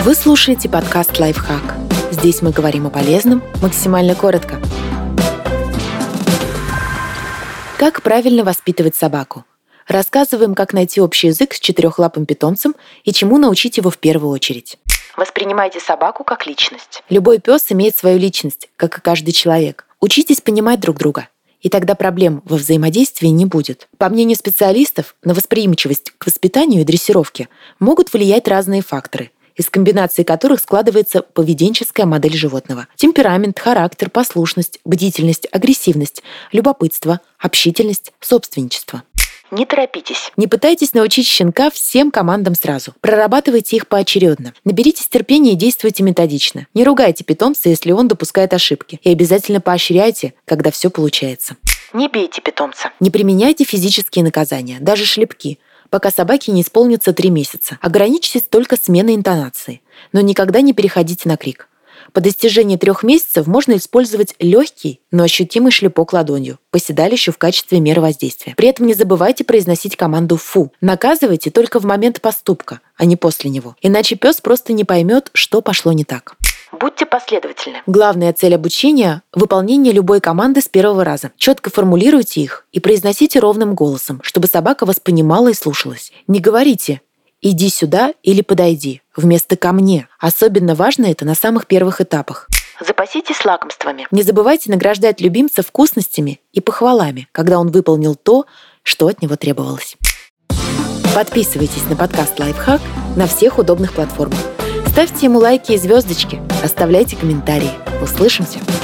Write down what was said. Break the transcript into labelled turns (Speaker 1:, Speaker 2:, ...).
Speaker 1: Вы слушаете подкаст «Лайфхак». Здесь мы говорим о полезном максимально коротко. Как правильно воспитывать собаку? Рассказываем, как найти общий язык с четырехлапым питомцем и чему научить его в первую очередь. Воспринимайте собаку как личность. Любой пес имеет свою личность, как и каждый человек. Учитесь понимать друг друга, и тогда проблем во взаимодействии не будет. По мнению специалистов, на восприимчивость к воспитанию и дрессировке могут влиять разные факторы, из комбинации которых складывается поведенческая модель животного. Темперамент, характер, послушность, бдительность, агрессивность, любопытство, общительность, собственничество. Не торопитесь. Не пытайтесь научить щенка всем командам сразу. Прорабатывайте их поочередно. Наберитесь терпения и действуйте методично. Не ругайте питомца, если он допускает ошибки. И обязательно поощряйте, когда все получается. Не бейте питомца. Не применяйте физические наказания, даже шлепки, пока собаке не исполнится 3 месяца. Ограничьтесь только сменой интонации, но никогда не переходите на крик. По достижении 3 месяцев можно использовать легкий, но ощутимый шлепок ладонью по седалищу в качестве меры воздействия. При этом не забывайте произносить команду «фу». Наказывайте только в момент поступка, а не после него. Иначе пес просто не поймет, что пошло не так. Будьте последовательны. Главная цель обучения – выполнение любой команды с первого раза. Четко формулируйте их и произносите ровным голосом, чтобы собака воспринимала и слушалась. Не говорите «иди сюда» или «подойди» вместо «ко мне». Особенно важно это на самых первых этапах. Запаситесь лакомствами. Не забывайте награждать любимца вкусностями и похвалами, когда он выполнил то, что от него требовалось. Подписывайтесь на подкаст «Лайфхак» на всех удобных платформах. Ставьте ему лайки и звездочки, оставляйте комментарии. Услышимся!